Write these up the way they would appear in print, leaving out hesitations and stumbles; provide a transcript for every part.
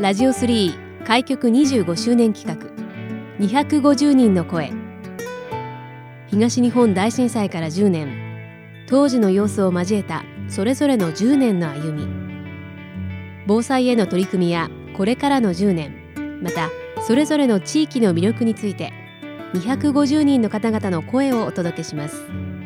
ラジオ3開局25周年企画250人の声。東日本大震災から10年、当時の様子を交えたそれぞれの10年の歩み、防災への取り組みやこれからの10年、またそれぞれの地域の魅力について250人の方々の声をお届けします。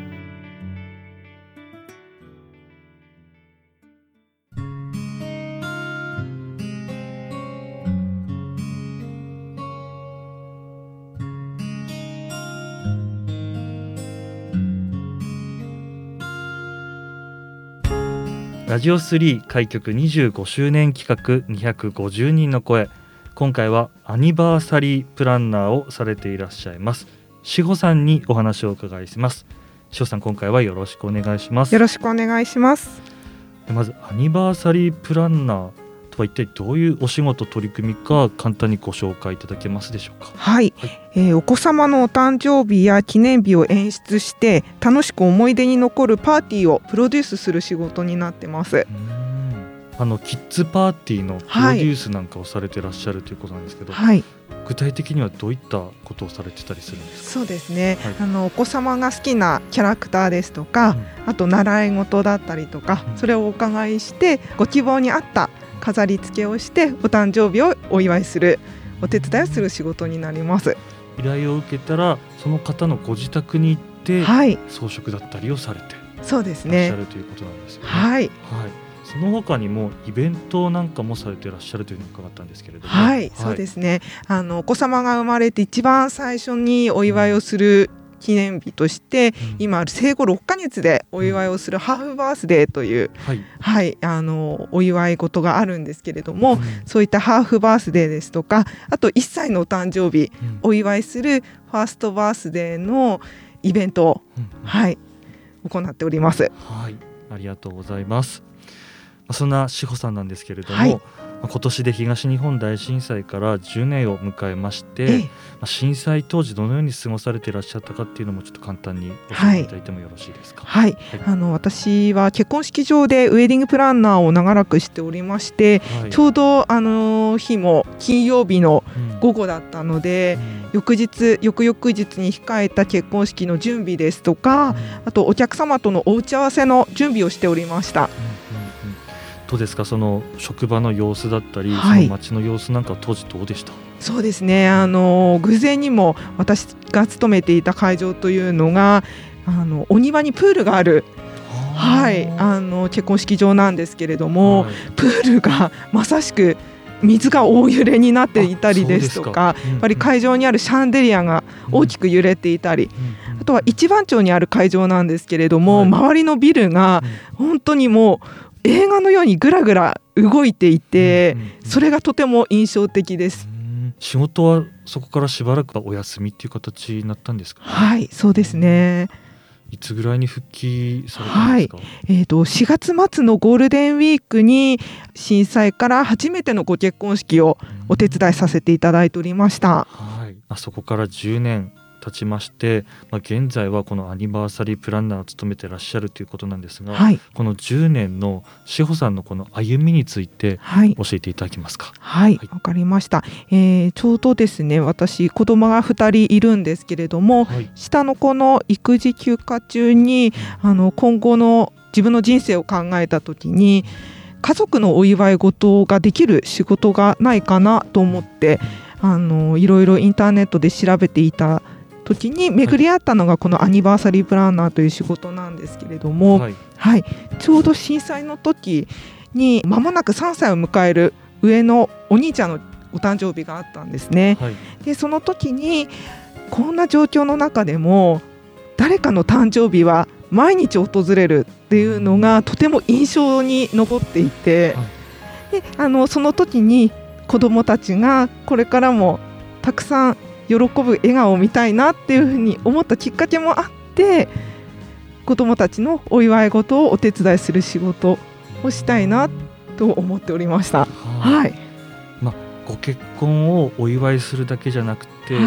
ラジオ3開局25周年企画250人の声。今回はアニバーサリープランナーをされていらっしゃいます志保さんにお話をお伺いします。志保さん、今回はよろしくお願いします。 よろしくお願いします。 まずアニバーサリープランナーとは一体どういうお仕事取り組みか簡単にご紹介いただけますでしょうか。 はい、お子様のお誕生日や記念日を演出して楽しく思い出に残るパーティーをプロデュースする仕事になってます。 キッズパーティーのプロデュースなんかをされていらっしゃるということなんですけど、 はい、 具体的にはどういったことをされてたりするんですか。 そうですね、お子様が好きなキャラクターですとか、あと習い事だったりとか、それをお伺いしてご希望に合った飾り付けをしてお誕生日をお祝いするお手伝いをする仕事になります。 依頼を受けたらその方のご自宅に行って、装飾だったりをされてそうですね、 いらっしゃるということなんですよね。 はい、 その他にもイベントなんかもされていらっしゃるというのを伺ったんですけれども。 そうですね、お子様が生まれて一番最初にお祝いをする記念日として、今生後6ヶ月でお祝いをするハーフバースデーという、お祝い事があるんですけれども、そういったハーフバースデーですとか、あと1歳のお誕生日、お祝いするファーストバースデーのイベントを、行っております。 ありがとうございます。そんな志保さんなんですけれども、今年で東日本大震災から10年を迎えまして、震災当時どのように過ごされていらっしゃったかっていうのもちょっと簡単に教えていただいてもよろしいですか。 私は結婚式場でウェディングプランナーを長らくしておりまして、ちょうど日も金曜日の午後だったので、翌々日に控えた結婚式の準備ですとか、あとお客様とのお打ち合わせの準備をしておりました。 どうですか、その職場の様子だったり、その街の様子なんか当時どうでした。 そうですね、偶然にも私が勤めていた会場というのがお庭にプールがある結婚式場なんですけれども、プールがまさしく水が大揺れになっていたりですとか、やっぱり会場にあるシャンデリアが大きく揺れていたり、あとは一番町にある会場なんですけれども、周りのビルが本当にもう映画のようにぐらぐら動いていて、それがとても印象的です。 仕事はそこからしばらくお休みっていう形になったんですか。 そうですね。 いつぐらいに復帰されたんですか。 4月末のゴールデンウィークに震災から初めてのご結婚式をお手伝いさせていただいておりました。 そこから10年経ちまして、現在はこのアニバーサリープランナーを務めていらっしゃるということなんですが、この10年の志保さんのこの歩みについて教えていただけますか。 わかりました。ちょうどですね、私子供が2人いるんですけれども、下の子の育児休暇中に今後の自分の人生を考えた時に、家族のお祝い事ができる仕事がないかなと思って、いろいろインターネットで調べていた時に巡り合ったのがこのアニバーサリープランナーという仕事なんですけれども、ちょうど震災の時に間もなく3歳を迎える上のお兄ちゃんのお誕生日があったんですね。でその時にこんな状況の中でも誰かの誕生日は毎日訪れるっていうのがとても印象に残っていて、でその時に子どもたちがこれからもたくさん喜ぶ笑顔を見たいなっていうふうに思ったきっかけもあって、子どもたちのお祝い事をお手伝いする仕事をしたいなと思っておりました。 ご結婚をお祝いするだけじゃなくて、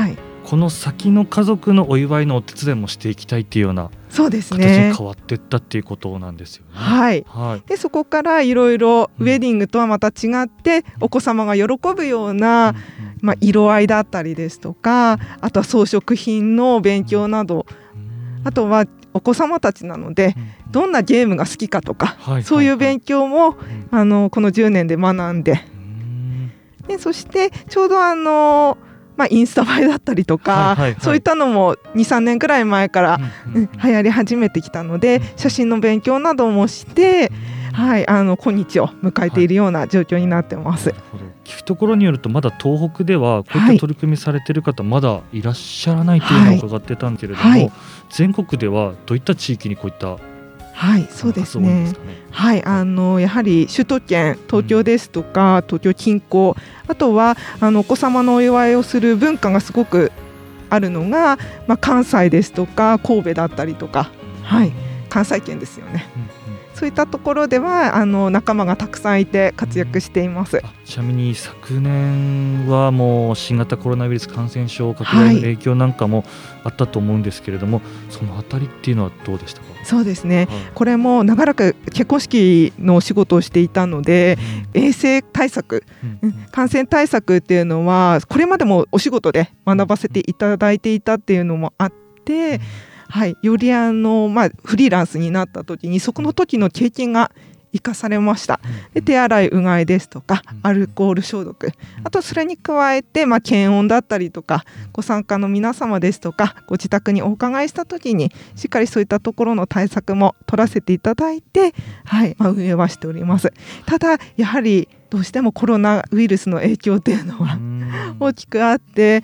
この先の家族のお祝いのお手伝いもしていきたいっていうようなそうです形ねに変わっていったっていうことなんですよね。 はいはい、 でそこからいろいろウェディングとはまた違ってお子様が喜ぶような、色合いだったりですとか、あとは装飾品の勉強など、あとはお子様たちなのでどんなゲームが好きかとか、そういう勉強もこの10年で学んで、でそしてちょうどインスタ映えだったりとか、そういったのも 2,3 年くらい前から流行り始めてきたので、写真の勉強などもして、今日を迎えているような状況になってます。 なるほど。聞くところによるとまだ東北ではこういった取り組みされている方まだいらっしゃらないというのを伺ってたんだけれども、全国ではどういった地域にこういったそうですね。やはり首都圏、東京ですとか、東京近郊、あとはお子様のお祝いをする文化がすごくあるのが、関西ですとか神戸だったりとか、関西圏ですよね。そういったところでは仲間がたくさんいて活躍しています。 ちなみに昨年はもう新型コロナウイルス感染症拡大の影響なんかもあったと思うんですけれども、そのあたりっていうのはどうでしたか？ そうですね、これも長らく結婚式のお仕事をしていたので、衛生対策、感染対策っていうのはこれまでもお仕事で学ばせていただいていたっていうのもあって、よりフリーランスになった時にそこの時の経験が生かされました。で手洗いうがいですとかアルコール消毒、あとそれに加えて検温だったりとか、ご参加の皆様ですとかご自宅にお伺いした時にしっかりそういったところの対策も取らせていただいて、運営はしております。ただやはりどうしてもコロナウイルスの影響というのは大きくあって、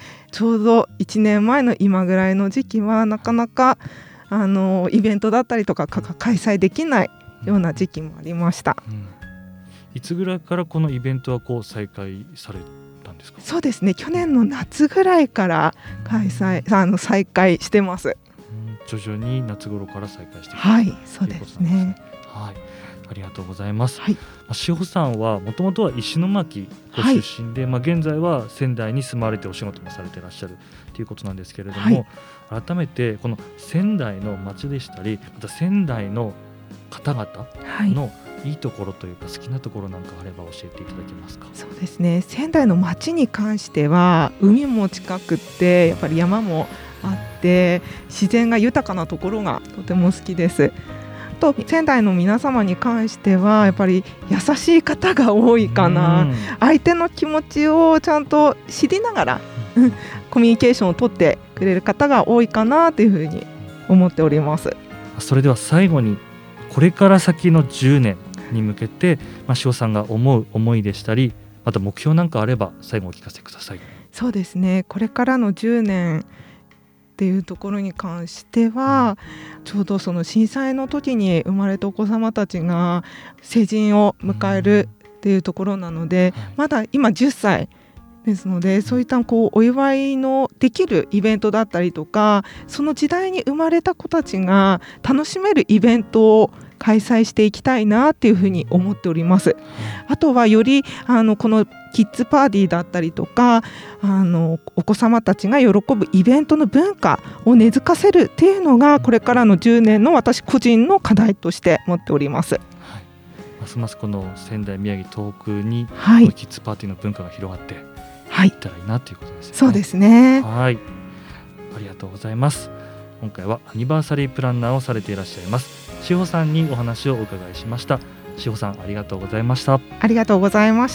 ちょうど1年前の今ぐらいの時期はなかなかイベントだったりとか開催できないような時期もありました。 いつぐらいからこのイベントは再開されたんですか？ そうですね、去年の夏ぐらいから再開してます。 徐々に夏頃から再開しているそうですね。 ありがとうございます。志保さんはもともとは石巻ご出身で、現在は仙台に住まわれてお仕事もされていらっしゃるということなんですけれども、改めてこの仙台の街でしたり、また仙台の方々のいいところというか好きなところなんかあれば教えていただけますか？ そうですね、仙台の街に関しては海も近くってやっぱり山もあって自然が豊かなところがとても好きです。と仙台の皆様に関してはやっぱり優しい方が多いかな。相手の気持ちをちゃんと知りながらコミュニケーションを取ってくれる方が多いかなというふうに思っております。 それでは最後にこれから先の10年に向けて志保さんが思う思いでしたり、また目標なんかあれば最後お聞かせください。 そうですね、これからの10年っていうところに関しては、ちょうどその震災の時に生まれたお子様たちが成人を迎えるっていうところなので、まだ今10歳ですので、そういったお祝いのできるイベントだったりとか、その時代に生まれた子たちが楽しめるイベントを開催していきたいなっていうふうに思っております。あとはよりこのキッズパーティーだったりとかお子様たちが喜ぶイベントの文化を根付かせるっていうのがこれからの10年の私個人の課題として持っております。 ますますこの仙台、宮城、東北にキッズパーティーの文化が広がっていったらいいなということですね。 そうですね。 ありがとうございます。今回はアニバーサリープランナーをされていらっしゃいます志保さんにお話をお伺いしました。志保さん、ありがとうございました。 ありがとうございました。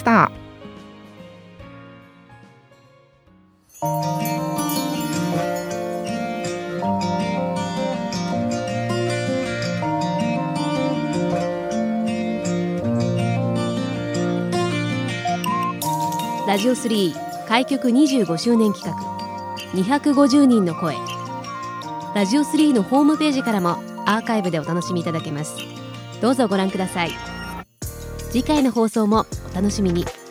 ラジオ3開局25周年企画250人の声。ラジオ3のホームページからもアーカイブでお楽しみいただけます。どうぞご覧ください。次回の放送もお楽しみに。